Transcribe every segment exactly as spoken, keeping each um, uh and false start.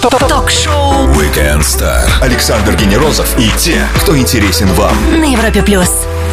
Ток-шоу Weekend Star. Александр Генерозов и те, кто интересен вам. На Европе плюс.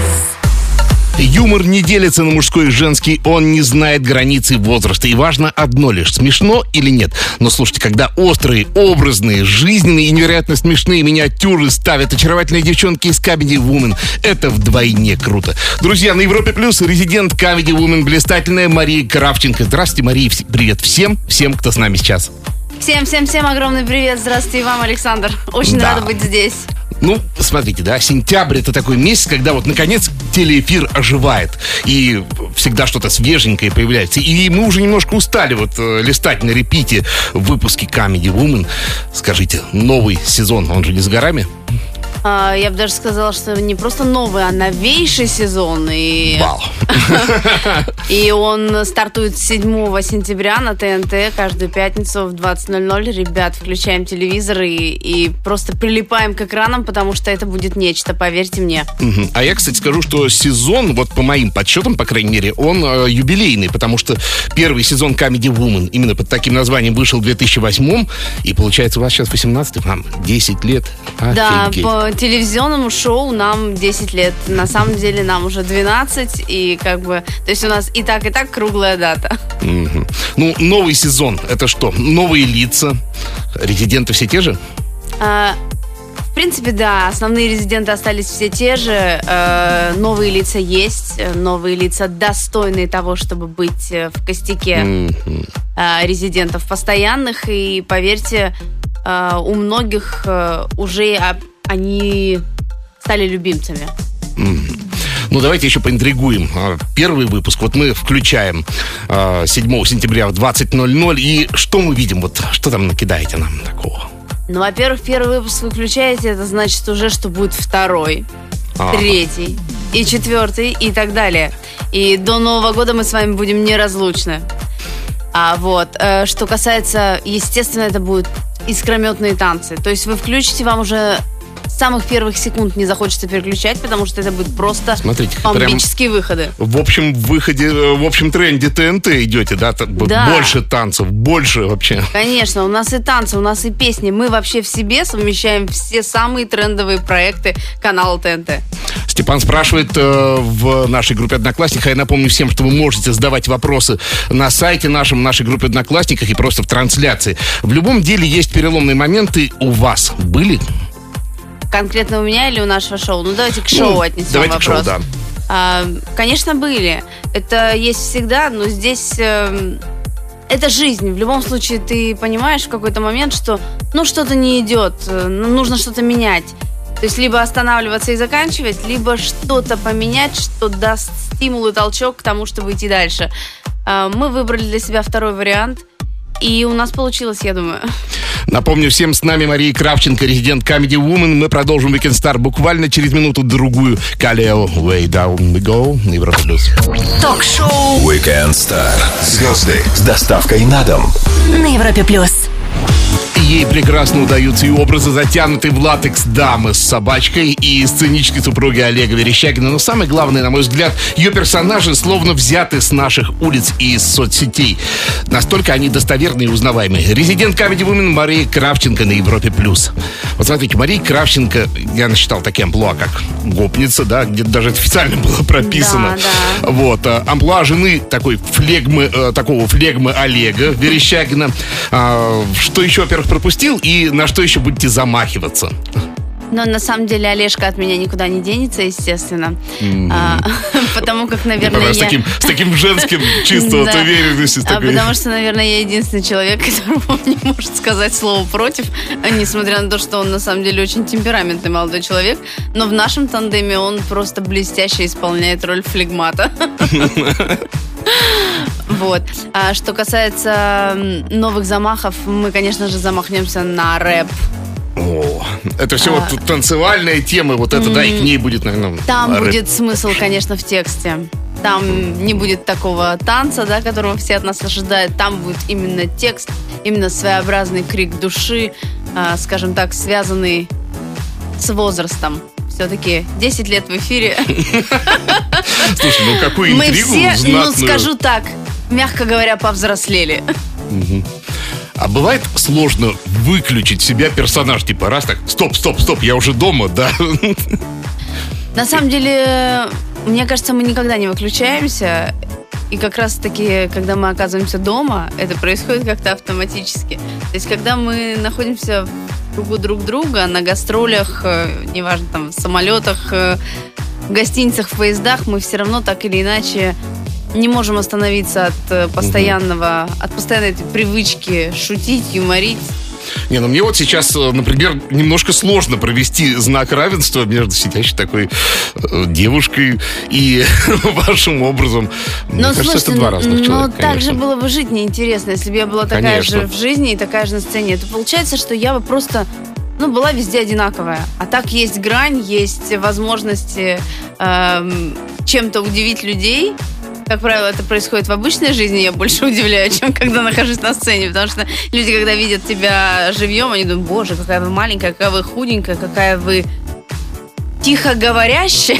Юмор не делится на мужской и женский, он не знает границы возраста. И важно одно лишь, смешно или нет. Но слушайте, когда острые, образные, жизненные и невероятно смешные миниатюры ставят очаровательные девчонки из Comedy Woman, это вдвойне круто. Друзья, на Европе плюс резидент Comedy Woman, блистательная Мария Кравченко. Здравствуйте, Мария, привет всем, всем, кто с нами сейчас. Всем-всем-всем огромный привет. Здравствуйте и вам, Александр. Очень Да. рада быть здесь. Ну, смотрите, да, сентябрь — это такой месяц, когда вот, наконец, телеэфир оживает, и всегда что-то свеженькое появляется. И мы уже немножко устали вот э, листать на репите выпуски Comedy Woman. Скажите, новый сезон, он же не с горами? А, я бы даже сказала, что не просто новый, а новейший сезон. И, Вау. и он стартует седьмого сентября на ТНТ каждую пятницу в двадцать ноль ноль. Ребят, включаем телевизор и, и просто прилипаем к экранам, потому что это будет нечто, поверьте мне. Мгм. А я, кстати, скажу, что сезон, вот по моим подсчетам, по крайней мере, он э, юбилейный, потому что первый сезон Comedy Woman именно под таким названием вышел в две тысячи восьмом, и получается у вас сейчас восемнадцатый, вам десять лет. Да, Офигеть. по телевизионному шоу нам десять лет. На самом деле нам уже двенадцать, и как бы, то есть у нас и так, и так круглая дата. Мгм. Ну, новый сезон, это что? Новые лица, резиденты все те же? А, В принципе, да, основные резиденты остались все те же. Э, новые лица есть, э, новые лица достойные того, чтобы быть э, в костяке Мгм. э, резидентов постоянных. И поверьте, э, у многих э, уже а, они стали любимцами. Ну, давайте еще поинтригуем. А, Первый выпуск, вот мы включаем а, седьмого сентября в двадцать ноль ноль, и что мы видим? Вот что там накидаете нам такого? Ну, во-первых, первый выпуск вы включаете, это значит уже, что будет второй, Ага. третий и четвертый и так далее. И до Нового года мы с вами будем неразлучны. А вот, э, что касается, естественно, это будут искрометные танцы. То есть вы включите, вам уже с самых первых секунд не захочется переключать, потому что это будет просто Смотрите, прям бомбические выходы. в общем выходе, э, в общем тренде ТНТ идете, да? Т- б- Да. Больше танцев, больше вообще. Конечно, у нас и танцы, у нас и песни. Мы вообще в себе совмещаем все самые трендовые проекты канала ТНТ. Степан спрашивает э, в нашей группе Одноклассников. Я напомню всем, что вы можете задавать вопросы на сайте нашем, в нашей группе Одноклассников и просто в трансляции. В любом деле есть переломные моменты. У вас были? Конкретно у меня или у нашего шоу? Ну, давайте к шоу Ну, отнесем давайте к шоу, вопрос. да. А, конечно, были. Это есть всегда, но здесь... эм, это жизнь. В любом случае, ты понимаешь в какой-то момент, что ну что-то не идет, э, ну, нужно что-то менять. То есть либо останавливаться и заканчивать, либо что-то поменять, что даст стимул и толчок к тому, чтобы идти дальше. А, мы выбрали для себя второй вариант, и у нас получилось, я думаю. Напомню всем, с нами Мария Кравченко, резидент Comedy Woman. Мы продолжим Weekend Star буквально через минуту-другую. Калео, Way Down We Go, на Европа плюс. Ток-шоу Weekend Star. Звезды с доставкой на дом. на Европе плюс. Ей прекрасно удаются и образы, затянутые в латекс дамы с собачкой, и сценической супруги Олега Верещагина. Но самое главное, на мой взгляд, ее персонажи словно взяты с наших улиц и из соцсетей. Настолько они достоверные и узнаваемые. Резидент Comedy Woman Мария Кравченко на Европе плюс. Вот смотрите, Мария Кравченко, я насчитал такие амплуа, как гопница, да, где-то даже официально было прописано. Да, да. Вот, а, амплуа жены такой флегмы, э, такого флегмы Олега Верещагина. А, что еще, во-первых, пропустил, и на что еще будете замахиваться? Но на самом деле Олежка от меня никуда не денется, естественно. А, потому как, наверное, Понимаешь, с я... таким, с таким женским чувством вот Да. уверенностью. с А такой. потому что, наверное, я единственный человек, которому не может сказать слово против, а несмотря на то, что он на самом деле очень темпераментный молодой человек. Но в нашем тандеме он просто блестяще исполняет роль флегмата. Вот. А что касается м, новых замахов, мы, конечно же, замахнемся на рэп. О, это все А. вот танцевальные темы, вот это, да, и к ней будет, наверное, Там рэп. будет смысл, конечно, в тексте. Там не будет такого танца, да, которого все от нас ожидают. Там будет именно текст, именно своеобразный крик души, а, скажем так, связанный с возрастом. Все-таки десять лет в эфире. Слушай, ну какую Мы интригу все, ну знатную. скажу так, мягко говоря, повзрослели. А бывает сложно выключить себя персонаж, типа раз так, стоп, стоп, стоп, я уже дома, да? На самом деле, мне кажется, мы никогда не выключаемся. И как раз-таки, когда мы оказываемся дома, это происходит как-то автоматически. То есть, когда мы находимся в кругу друг друга, на гастролях, неважно, там, в самолетах, в гостиницах, в поездах, мы все равно так или иначе не можем остановиться от постоянного, от постоянной этой привычки шутить, юморить. Не, ну мне вот сейчас, например, немножко сложно провести знак равенства между сидящей такой э, девушкой и вашим образом. Мне но, кажется, слушайте, это два разных но человека. Но так конечно. же было бы жить неинтересно, если бы я была такая Конечно. же в жизни и такая же на сцене. Это получается, что я бы просто, ну, была везде одинаковая. А так есть грань, есть возможности эм, чем-то удивить людей. Как правило, это происходит в обычной жизни, я больше удивляю, чем когда нахожусь на сцене, потому что люди, когда видят тебя живьем, они думают: боже, какая вы маленькая, какая вы худенькая, какая вы тихо говорящая.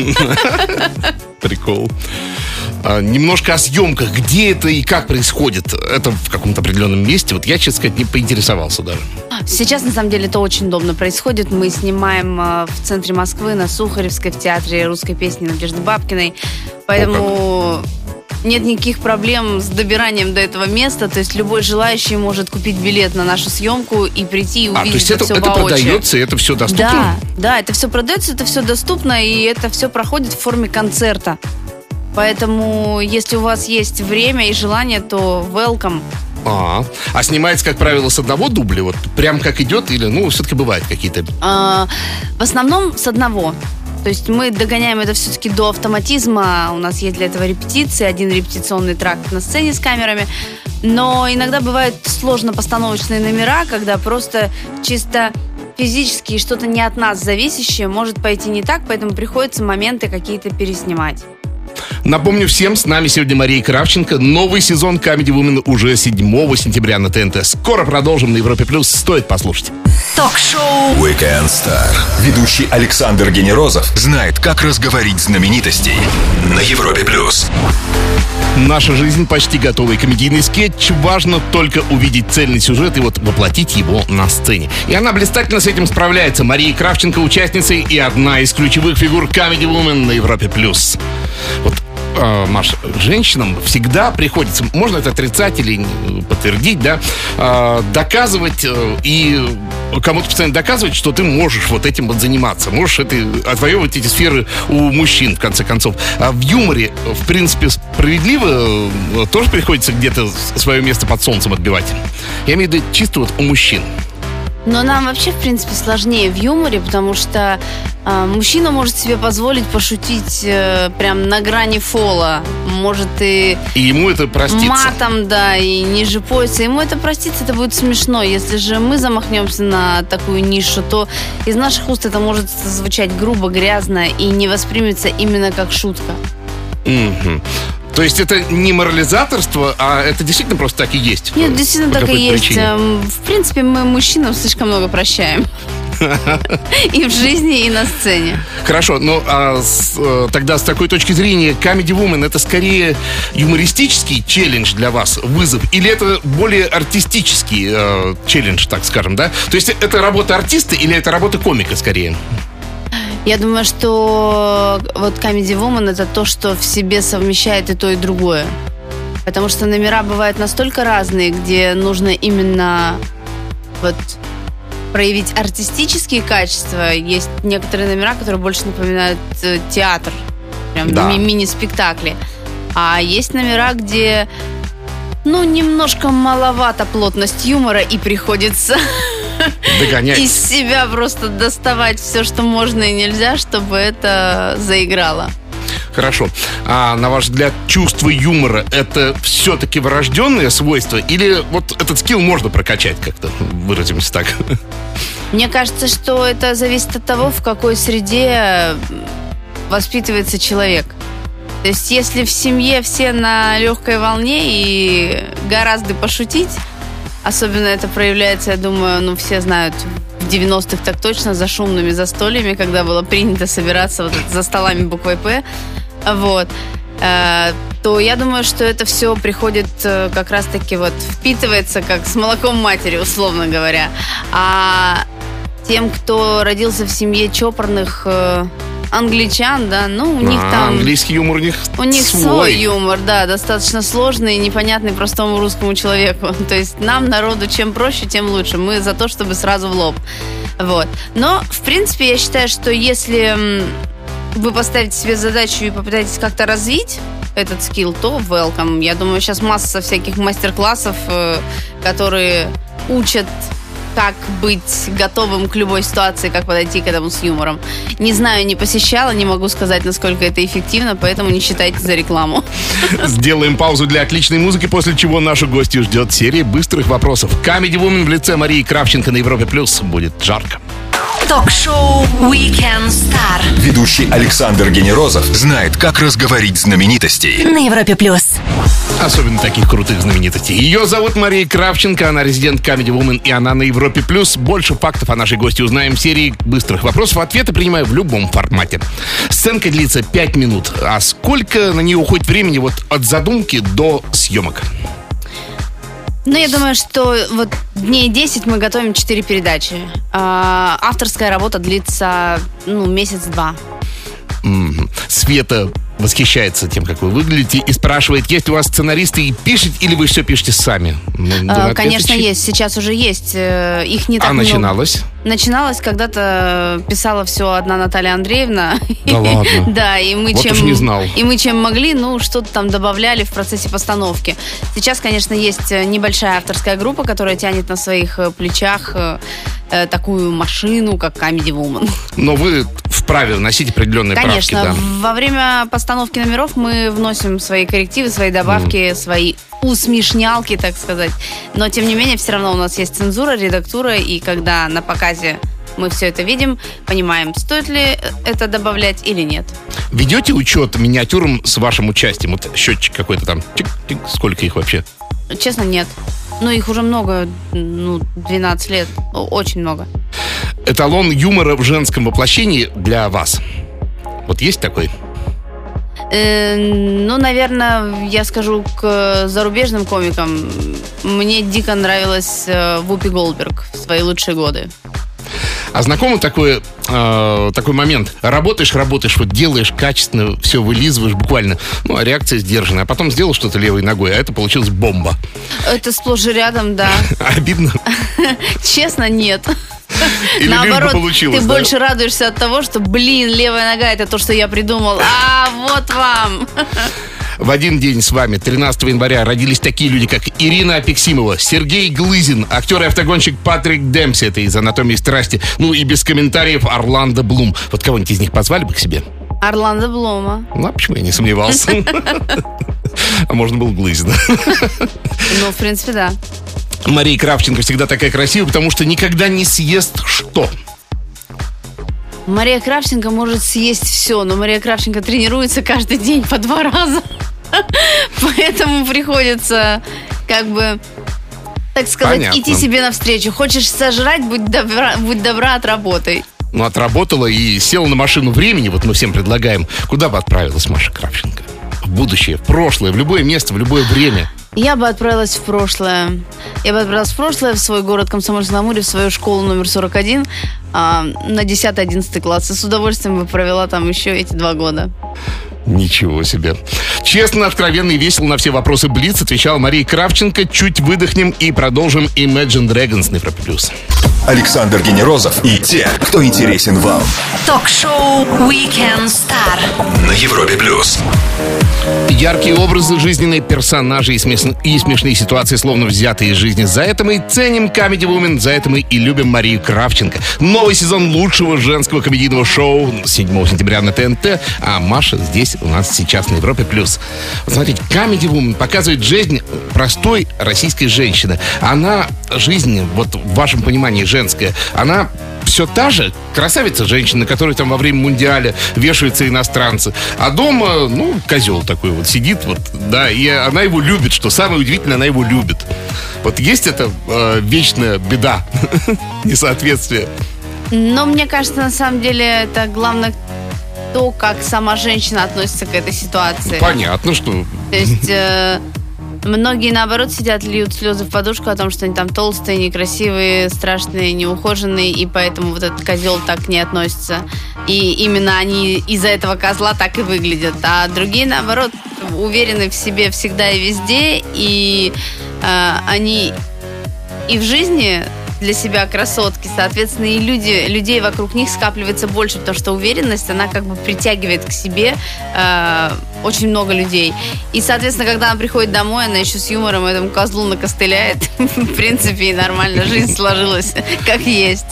Прикол. А, немножко о съемках. Где это и как происходит? Это в каком-то определенном месте? Вот я, честно сказать, не поинтересовался даже. Сейчас, на самом деле, это очень удобно происходит. Мы снимаем в центре Москвы, на Сухаревской, в театре русской песни Надежды Бабкиной. Поэтому нет никаких проблем с добиранием до этого места. То есть любой желающий может купить билет на нашу съемку и прийти и увидеть а, то есть это, все это воочию. продается, и это все доступно? Да, да, это все продается, это все доступно, и это все проходит в форме концерта. Поэтому, если у вас есть время и желание, то welcome. А, а снимается, как правило, с одного дубля? Вот прям как идет? Или, ну, все-таки бывает какие-то? А, в основном с одного. То есть мы догоняем это все-таки до автоматизма. У нас есть для этого репетиции, один репетиционный тракт на сцене с камерами. Но иногда бывают сложно-постановочные номера, когда просто чисто физически что-то не от нас зависящее может пойти не так, поэтому приходится моменты какие-то переснимать. Напомню всем, с нами сегодня Мария Кравченко. Новый сезон Comedy Woman уже седьмого сентября на ТНТ. Скоро продолжим на Европе Плюс. Стоит послушать. Ток-шоу Weekend Star. Ведущий Александр Генерозов знает, как разговорить знаменитостей на Европе Плюс. Наша жизнь почти готовый комедийный скетч. Важно только увидеть цельный сюжет и вот воплотить его на сцене. И она блистательно с этим справляется. Мария Кравченко, участница и одна из ключевых фигур Comedy Woman на Европе Плюс. Вот, э, Маш, женщинам всегда приходится, можно это отрицать или подтвердить, да, э, доказывать э, и кому-то постоянно доказывать, что ты можешь вот этим вот заниматься, можешь это, отвоевывать эти сферы у мужчин, в конце концов. А в юморе, в принципе, справедливо э, тоже приходится где-то свое место под солнцем отбивать. Я имею в виду чисто вот у мужчин. Но нам вообще, в принципе, сложнее в юморе, потому что э, мужчина может себе позволить пошутить э, прям на грани фола. Может и... И ему это простится. Матом, да, и ниже пояса. Ему это простится, это будет смешно. Если же мы замахнемся на такую нишу, то из наших уст это может звучать грубо, грязно и не воспримется именно как шутка. Угу. То есть это не морализаторство, а это действительно просто так и есть? Нет, действительно по так и есть. Причине. В принципе, мы мужчинам слишком много прощаем. И в жизни, и на сцене. Хорошо, ну а с, тогда с такой точки зрения Comedy Woman — это скорее юмористический челлендж для вас, вызов, или это более артистический э, челлендж, так скажем, да? То есть это работа артиста или это работа комика скорее? Я думаю, что вот Comedy Woman — это то, что в себе совмещает и то, и другое. Потому что номера бывают настолько разные, где нужно именно вот проявить артистические качества. Есть некоторые номера, которые больше напоминают театр, прям да. ми- мини-спектакли. А есть номера, где, ну, немножко маловато плотность юмора, и приходится Догонять. из себя просто доставать все, что можно и нельзя, чтобы это заиграло. Хорошо. А на ваш взгляд, чувство юмора — это все-таки врожденное свойство? Или вот этот скилл можно прокачать как-то, выразимся так? Мне кажется, что это зависит от того, в какой среде воспитывается человек. То есть если в семье все на легкой волне и гораздо пошутить, особенно это проявляется, я думаю, ну все знают, в девяностых так точно, за шумными застольями, когда было принято собираться вот за столами буквой «П». Вот. то я думаю, что это все приходит э, как раз-таки вот впитывается как с молоком матери, условно говоря. А тем, кто родился в семье чопорных э, англичан, да, ну, у них А, там... Английский юмор у них У них свой. свой юмор, да, достаточно сложный и непонятный простому русскому человеку. То есть нам, народу, чем проще, тем лучше. Мы за то, чтобы сразу в лоб. Вот. Но, в принципе, я считаю, что если м, вы поставите себе задачу и попытаетесь как-то развить этот скилл, то welcome. Я думаю, сейчас масса всяких мастер-классов, э, которые учат, как быть готовым к любой ситуации, как подойти к этому с юмором. Не знаю, не посещала, не могу сказать, насколько это эффективно, поэтому не считайте за рекламу. Сделаем паузу для отличной музыки, после чего нашу гостью ждет серия быстрых вопросов. Comedy Woman в лице Марии Кравченко на Европе Плюс. Будет жарко. Ток-шоу Weekend Star Ведущий Александр Генерозов знает, как разговорить знаменитостей. на Европе Плюс. Особенно таких крутых знаменитостей. Ее зовут Мария Кравченко, она резидент Comedy Woman, и она на Европе Плюс. Больше фактов о нашей гости узнаем в серии быстрых вопросов. Ответы принимаю в любом формате. Сценка длится пять минут. А сколько на нее уходит времени вот от задумки до съемок? Ну, я думаю, что вот дней десять мы готовим четыре передачи. А, авторская работа длится, ну, месяц-два. М-м. Света восхищается тем, как вы выглядите, и спрашивает, есть ли у вас сценаристы и пишете, или вы все пишете сами? Ну, А, думаю, конечно, ответ есть. Сейчас уже есть. Э, Их не так А много. начиналось? Начиналось, когда-то писала все одна Наталья Андреевна. Да ладно? Да, и мы Вот чем уж не знал. и мы чем могли, ну что-то там добавляли в процессе постановки. Сейчас, конечно, есть небольшая авторская группа, которая тянет на своих э, плечах э, э, такую машину, как Comedy Woman. Но вы вправе вносить определенные Конечно, правки, да? во время постановки номеров мы вносим свои коррективы, свои добавки, свои усмешнялки, так сказать. Но, тем не менее, все равно у нас есть цензура, редактура, и когда на показе мы все это видим, понимаем, стоит ли это добавлять или нет. Ведете учет миниатюрам с вашим участием? Вот счетчик какой-то там, чик-чик, сколько их вообще? Честно, нет. Ну, их уже много, ну, двенадцать лет, О, очень много. Эталон юмора в женском воплощении для вас. Вот есть такой? Э, ну, наверное, я скажу к зарубежным комикам. Мне дико нравилась э, Вупи Голдберг в свои лучшие годы. А знакомый такой, э, такой момент? Работаешь, работаешь, вот делаешь качественно, все вылизываешь буквально, ну, а реакция сдержанная. А потом сделал что-то левой ногой, а это получилась бомба. Это сплошь и рядом, да. Обидно? Честно, нет. Или лишь бы наоборот, получилось, ты да? больше радуешься от того, что, блин, левая нога — это то, что я придумал. А, вот вам. В один день с вами, тринадцатого января, родились такие люди, как Ирина Апексимова, Сергей Глызин, актер и автогонщик Патрик Демпси, это из «Анатомии страсти», ну и без комментариев Орландо Блум. Вот кого-нибудь из них позвали бы к себе? Орландо Блума. Ну, а почему я не сомневался? А можно было Глызина. Ну, в принципе, да. Мария Кравченко всегда такая красивая, потому что никогда не съест что? Мария Кравченко может съесть все, но Мария Кравченко тренируется каждый день по два раза. Поэтому приходится, как бы, так сказать, Понятно. идти себе навстречу. Хочешь сожрать, будь добра, будь добра, отработай. Ну, отработала и села на машину времени, вот мы всем предлагаем. Куда бы отправилась Маша Кравченко? В будущее, в прошлое, в любое место, в любое время. Я бы отправилась в прошлое. Я бы отправилась в прошлое, в свой город Комсомольск-на-Амуре, в свою школу номер сорок один, а, на десятый-одиннадцатый класс. И с удовольствием бы провела там еще эти два года. Ничего себе. Честно, откровенно и весело на все вопросы Блиц отвечала Мария Кравченко. Чуть выдохнем и продолжим Imagine Dragons на Европе Плюс. Александр Генерозов и те, кто интересен вам. Ток-шоу Weekend Star На Европе Плюс. Яркие образы, жизненные персонажи и, смеш- и смешные ситуации, словно взятые из жизни. За это мы ценим Comedy Woman, за это мы и любим Марию Кравченко. Новый сезон лучшего женского комедийного шоу седьмого сентября на ТНТ, а Маша здесь у нас сейчас на Европе Плюс. Вот смотрите, Comedy Woman показывает жизнь простой российской женщины. Она, жизнь, вот в вашем понимании женская, она все та же красавица женщина, которая там во время мундиаля вешаются иностранцы. А дома, ну, козел такой вот сидит, вот, да, и она его любит, что самое удивительное, она его любит. Вот есть эта э, вечная беда, несоответствие. Но мне кажется, на самом деле, это главное то, как сама женщина относится к этой ситуации. Понятно, что То есть э, многие, наоборот, сидят, льют слезы в подушку о том, что они там толстые, некрасивые, страшные, неухоженные, и поэтому вот этот козел так не относится. И именно они из-за этого козла так и выглядят. А другие, наоборот, уверены в себе всегда и везде, и э, они и в жизни для себя красотки, соответственно, и люди, людей вокруг них скапливается больше, потому что уверенность, она как бы притягивает к себе э, очень много людей. И, соответственно, когда она приходит домой, она еще с юмором этому козлу накостыляет. В принципе, и нормально жизнь сложилась как есть.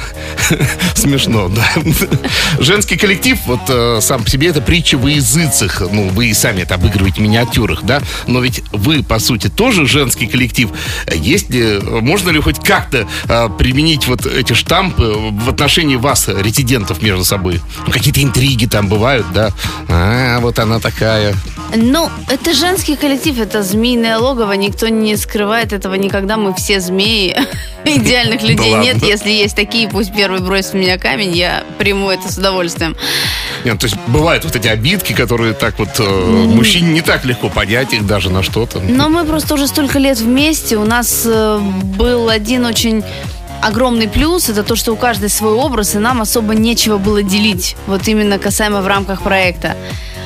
Смешно, да. Женский коллектив, вот э, сам по себе это притча во языцах. Ну, вы и сами это обыгрываете в миниатюрах, да? Но ведь вы, по сути, тоже женский коллектив. Есть ли, можно ли хоть как-то э, применить вот эти штампы в отношении вас, резидентов, между собой? Ну, какие-то интриги там бывают, да? А, вот она такая. Ну, это женский коллектив, это змеиное логово, никто не скрывает этого никогда, мы все змеи. Идеальных людей Да нет, ладно. если есть такие, пусть первый бросит в меня камень, я приму это с удовольствием. Нет, то есть бывают вот эти обидки, которые так вот э, мужчине не так легко понять их даже на что-то. Но мы просто уже столько лет вместе, у нас э, был один очень огромный плюс, это то, что у каждой свой образ, и нам особо нечего было делить, вот именно касаемо в рамках проекта.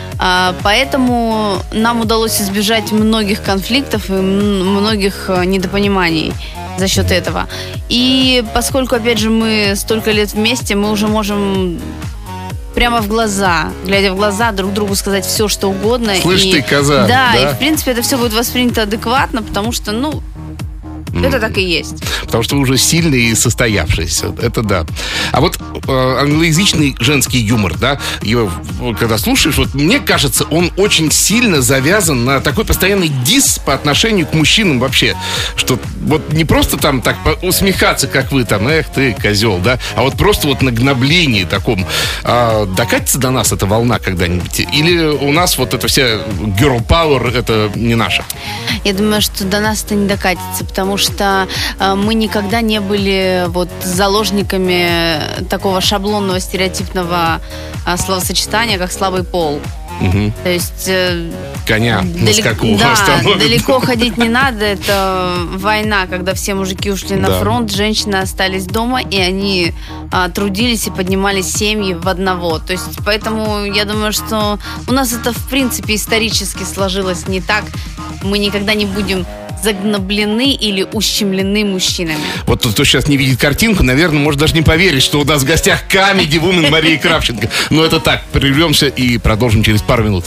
А, поэтому нам удалось избежать многих конфликтов и м- многих э, недопониманий за счет этого. И поскольку, опять же, мы столько лет вместе, мы уже можем прямо в глаза, глядя в глаза, друг другу сказать все, что угодно. Слышь и, ты, коза, да, да? и в принципе это все будет воспринято адекватно, потому что, ну, это так и есть. Потому что вы уже сильный и состоявшийся. Это да. А вот э, англоязычный женский юмор, да, его, когда слушаешь, вот мне кажется, он очень сильно завязан на такой постоянный дисс по отношению к мужчинам вообще. Что вот не просто там так усмехаться, как вы там, эх ты, козел, да, а вот просто вот на гноблении таком. А докатится до нас эта волна когда-нибудь? Или у нас вот эта вся girl power, это не наша? Я думаю, что до нас это не докатится, потому что э, мы никогда не были вот заложниками такого шаблонного стереотипного э, словосочетания, как слабый пол. Угу. То есть э, Коня на далек- скаку да, остановит. далеко ходить не надо. Это война, когда все мужики ушли на Да. фронт, женщины остались дома, и они а, трудились и поднимали семьи в одного. То есть, поэтому я думаю, что у нас это в принципе исторически сложилось не так. Мы никогда не будем загноблены или ущемлены мужчинами. Вот тот, кто сейчас не видит картинку, наверное, может даже не поверить, что у нас в гостях Comedy Woman Мария Кравченко. Но это так, прервемся и продолжим через пару минут.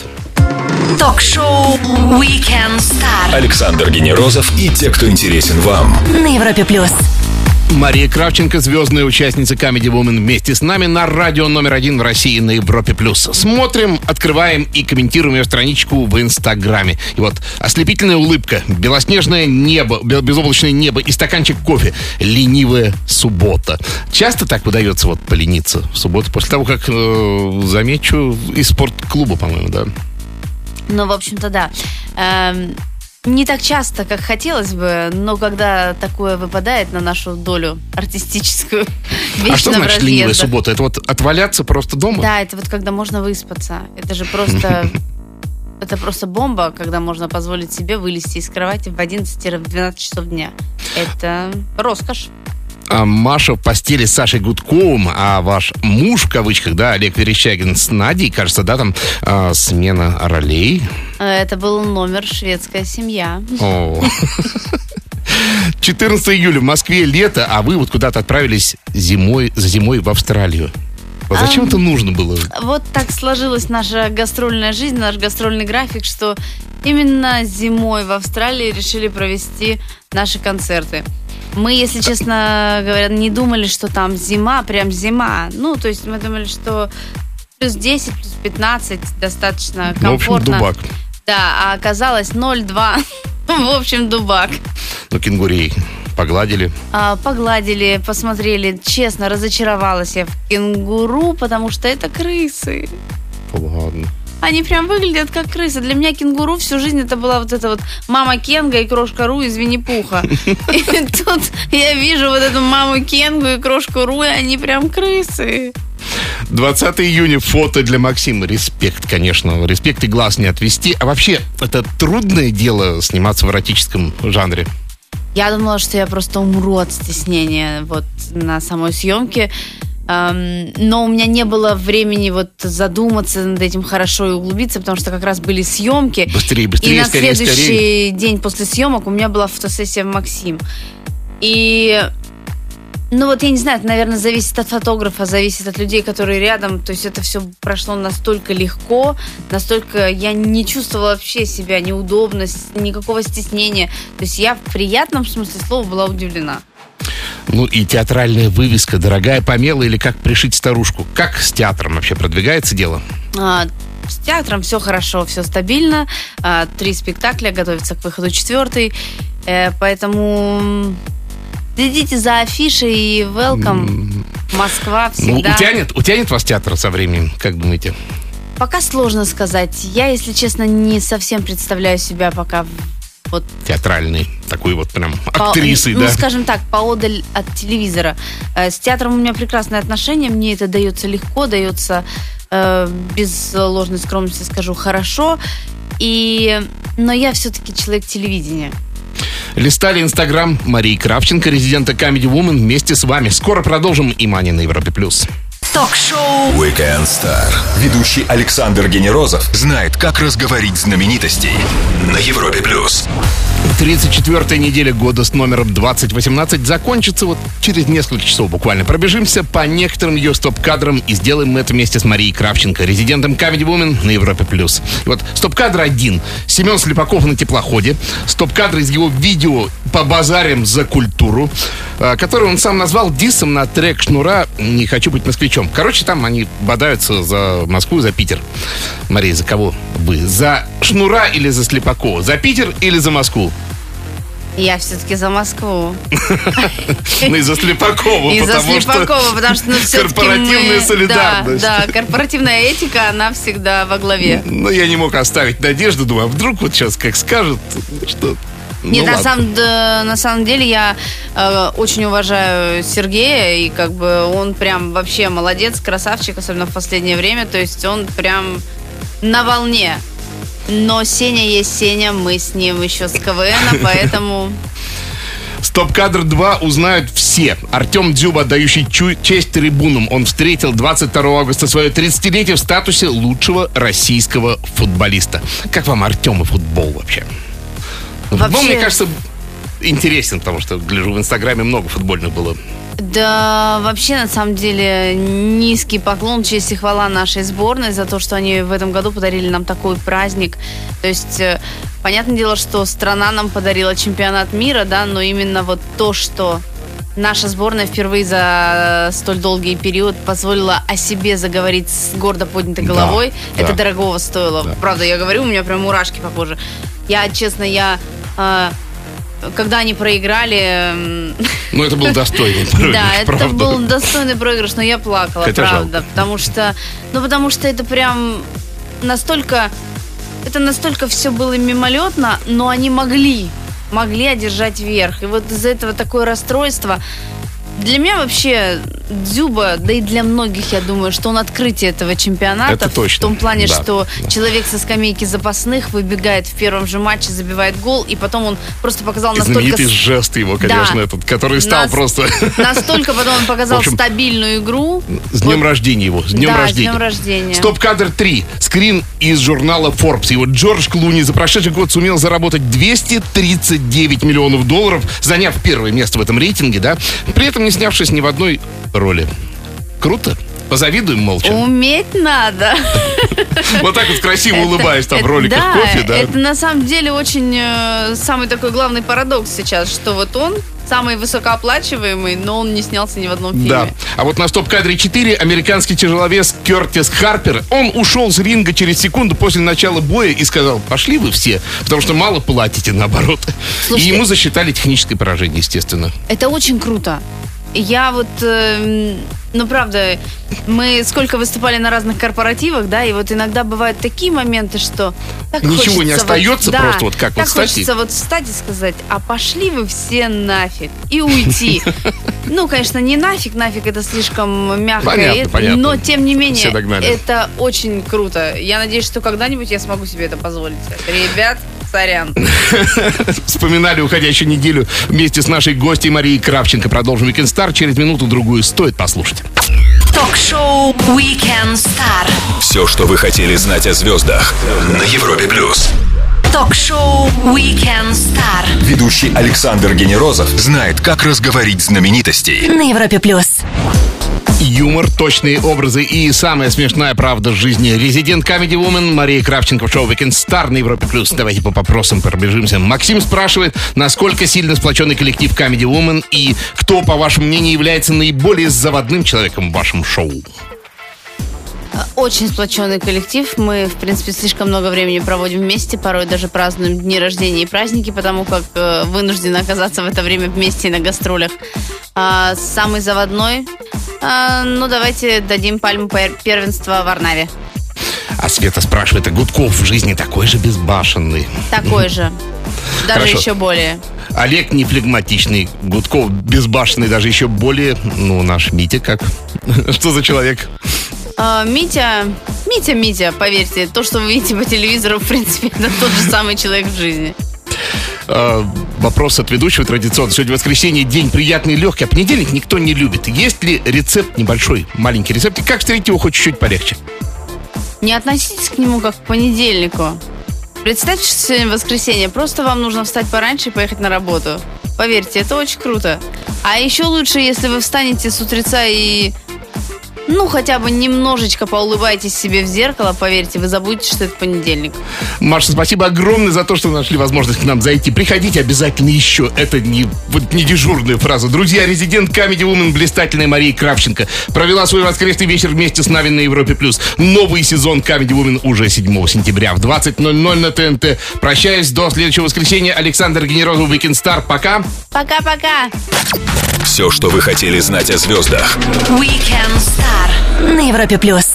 Ток-шоу Weekend Star Александр Генерозов и те, кто интересен вам. на Европе плюс. Мария Кравченко, звездная участница Comedy Woman, вместе с нами на радио номер один в России на Европе+. Смотрим, открываем и комментируем ее страничку в Инстаграме. И вот ослепительная улыбка, белоснежное небо, безоблачное небо и стаканчик кофе. Ленивая суббота. Часто так удается вот полениться в субботу, после того, как, э, замечу, из спортклуба, по-моему, да? Ну, в общем-то, да. Эм, Не так часто, как хотелось бы, но когда такое выпадает на нашу долю артистическую, вечно А что в значит ленивая разъездах. суббота? Это вот отваляться просто дома? Да, это вот когда можно выспаться. Это же просто... Это просто бомба, когда можно позволить себе вылезти из кровати в одиннадцать-двенадцать часов дня. Это роскошь. А Маша в постели с Сашей Гудковым, а ваш муж, в кавычках, да, Олег Верещагин с Надей, кажется, да, там а, смена ролей. Это был номер «Шведская семья». О. четырнадцатого июля в Москве лето, а вы вот куда-то отправились зимой, за зимой в Австралию. Вот зачем Ам. это нужно было? Вот так сложилась наша гастрольная жизнь, наш гастрольный график, что именно зимой в Австралии решили провести наши концерты. Мы, если честно говоря, не думали, что там зима, прям зима. Ну, то есть мы думали, что плюс десять, плюс пятнадцать достаточно комфортно. Ну, в общем, дубак. Да, а оказалось ноль два. В общем, дубак. Ну, кенгурей погладили. А, погладили, посмотрели. Честно, разочаровалась я в кенгуру, потому что это крысы. Ладно. они прям выглядят как крысы. Для меня кенгуру всю жизнь это была вот эта вот мама Кенга и крошка Ру из Винни-Пуха. И тут я вижу вот эту маму Кенгу и крошку Ру, и они прям крысы. двадцатого июня фото для Максима. Респект, конечно. Респект и глаз не отвести. А вообще, это трудное дело сниматься в эротическом жанре? Я думала, что я просто умру от стеснения вот на самой съемке. Эм, но у меня не было времени вот задуматься над этим хорошо и углубиться, потому что как раз были съемки. Быстрее, быстрее, и на скорее, следующий скорее. день после съемок у меня была фотосессия в Максим. И... Ну вот я не знаю, это, наверное, зависит от фотографа, зависит от людей, которые рядом. То есть это все прошло настолько легко, настолько я не чувствовала вообще себя неудобно, никакого стеснения. То есть я в приятном смысле слова была удивлена. Ну и театральная вывеска «Дорогая помела» или «Как пришить старушку». Как с театром вообще продвигается дело? А, с театром все хорошо, все стабильно. А, три спектакля, готовится к выходу четвертый. Э, поэтому... Следите за афишей и welcome. Москва всегда. Ну, утянет, утянет вас театр со временем, как думаете? Пока сложно сказать. Я, если честно, не совсем представляю себя пока вот... Театральный, такой вот прям По, актрисой, ну, да? Ну, скажем так, поодаль от телевизора. С театром у меня прекрасные отношения, мне это дается легко, дается, э, без ложной скромности скажу, хорошо. И... Но я все-таки человек телевидения. Листали Инстаграм Марии Кравченко, резидента Comedy Woman, вместе с вами. Скоро продолжим и Мани на Европе+. Ток-шоу Weekend Star. Ведущий Александр Генерозов знает, как разговорить знаменитостей на Европе+. тридцать четвёртая неделя года с номером двадцать восемнадцать закончится вот через несколько часов буквально. Пробежимся по некоторым ее стоп-кадрам и сделаем мы это вместе с Марией Кравченко, резидентом Comedy Woman на Европе+. И вот стоп-кадр один. Семен Слепаков на теплоходе. Стоп-кадр из его видео «По базарям за культуру», который он сам назвал диссом на трек Шнура «Не хочу быть москвичом». Короче, там они бодаются за Москву и за Питер. Мария, за кого вы? За Шнура или за Слепакова? За Питер или за Москву? Я все-таки за Москву. Ну, из-за Слепакова. Из-за Слепакова, потому что, ну, все-таки корпоративная солидарность. Да, да, корпоративная этика, она всегда во главе. Ну, я не мог оставить надежду, думаю, а вдруг вот сейчас как скажут, что... Нет, ну, на, самом, да, на самом деле я э, очень уважаю Сергея, и как бы он прям вообще молодец, красавчик, особенно в последнее время, то есть он прям на волне. Но Сеня есть Сеня, мы с ним еще с КВН, поэтому... Стоп-кадр два узнают все. Артем Дзюба, отдающий чу- честь трибунам. Он встретил двадцать второго августа свое тридцатилетие в статусе лучшего российского футболиста. Как вам Артем и футбол вообще? Вообще... Футбол, мне кажется, интересен, потому что, гляжу, в Инстаграме много футбольных было. Да, вообще, на самом деле, низкий поклон, честь и хвала нашей сборной за то, что они в этом году подарили нам такой праздник. То есть, понятное дело, что страна нам подарила чемпионат мира, да, но именно вот то, что наша сборная впервые за столь долгий период позволила о себе заговорить с гордо поднятой головой, да, это да. дорогого стоило. Да. Правда, я говорю, у меня прям мурашки по коже. Я, честно, я... Когда они проиграли... Ну, это был достойный проигрыш, да, это правда. был достойный проигрыш, но я плакала, Хотя правда. жалко. Потому что... Ну, потому что это прям настолько... Это настолько все было мимолетно, но они могли, могли одержать верх. И вот из-за этого такое расстройство... Для меня вообще Дзюба, да и для многих, я думаю, что он открытие этого чемпионата. Это точно. В том плане, да, что да. человек человек со скамейки запасных выбегает в первом же матче, забивает гол, и потом он просто показал настолько... Знаменитый жест его, конечно, да. этот, который стал Нас... просто... Настолько потом он показал общем, стабильную игру. С днем вот. рождения его, с днем да, рождения. с днем рождения. Стоп-кадр три. Скрин из журнала Forbes. И вот Джордж Клуни за прошедший год сумел заработать двести тридцать девять миллионов долларов, заняв первое место в этом рейтинге, да, при этом не снявшись ни в одной роли. Круто. Позавидуем молча. Уметь надо. Вот так вот красиво улыбаясь там в роликах кофе, да? Это на самом деле очень самый такой главный парадокс сейчас, что вот он самый высокооплачиваемый, но он не снялся ни в одном фильме. Да. А вот на стоп-кадре четыре американский тяжеловес Кертис Харпер, он ушел с ринга через секунду после начала боя и сказал: пошли вы все, потому что мало платите, наоборот. Слушайте, и ему засчитали техническое поражение, естественно. Это очень круто. Я вот... Э, Ну, правда, мы сколько выступали на разных корпоративах, да, и вот иногда бывают такие моменты, что так Ничего хочется не остается, вот, просто да, вот как так вот встать и- хочется вот встать и сказать, а пошли вы все нафиг, и уйти. Ну, конечно, не нафиг, нафиг это слишком мягко, Понятно, это- понятно. но тем не менее, Все догнали. это очень круто. Я надеюсь, что когда-нибудь я смогу себе это позволить. Ребят, сорян. Вспоминали уходящую неделю вместе с нашей гостьей Марией Кравченко. Продолжим Weekend Star через минуту-другую. Стоит послушать. Ток-шоу Weekend Star. Все, что вы хотели знать о звездах на Европе плюс. Ток-шоу Weekend Star Ведущий Александр Генерозов знает, как разговорить знаменитостей. на Европе плюс. Юмор, точные образы и самая смешная правда жизни. Резидент Comedy Woman Мария Кравченко в шоу Weekend Star на Европе плюс. Давайте по вопросам пробежимся. Максим спрашивает, насколько сильно сплоченный коллектив Comedy Woman и кто, по вашему мнению, является наиболее заводным человеком в вашем шоу? Очень сплоченный коллектив. Мы, в принципе, слишком много времени проводим вместе, порой даже празднуем дни рождения и праздники, потому как э, вынуждены оказаться в это время вместе и на гастролях. А, самый заводной? А, ну, давайте дадим пальму пер- первенства Варнаве. А Света спрашивает, а Гудков в жизни такой же безбашенный? Такой же. Даже Хорошо. еще более. Олег не флегматичный, Гудков безбашенный, даже еще более. Ну, наш Митя как? Что за человек? А, Митя, Митя, Митя, поверьте, то, что вы видите по телевизору, в принципе, это тот же самый человек в жизни. Э, вопрос от ведущего традиционно. Сегодня воскресенье, день приятный и легкий, а понедельник никто не любит. Есть ли рецепт небольшой, маленький рецепт? И как встретить его хоть чуть-чуть полегче? Не относитесь к нему как к понедельнику. Представьте, что сегодня воскресенье, просто вам нужно встать пораньше и поехать на работу. Поверьте, это очень круто. А еще лучше, если вы встанете с утреца и... Ну, хотя бы немножечко поулыбайтесь себе в зеркало, поверьте, вы забудете, что это понедельник. Маша, спасибо огромное за то, что нашли возможность к нам зайти. Приходите обязательно еще. Это не, вот не дежурная фраза. Друзья, резидент Comedy Woman блистательная Мария Кравченко провела свой воскресный вечер вместе с нами на Европе+. плюс. Новый сезон Comedy Woman уже седьмого сентября в двадцать ноль ноль на ТНТ. Прощаюсь до следующего воскресенья. Александр Генерозов, Weekend Star. Пока. Пока-пока. Все, что вы хотели знать о звездах Weekend Star на Европе плюс.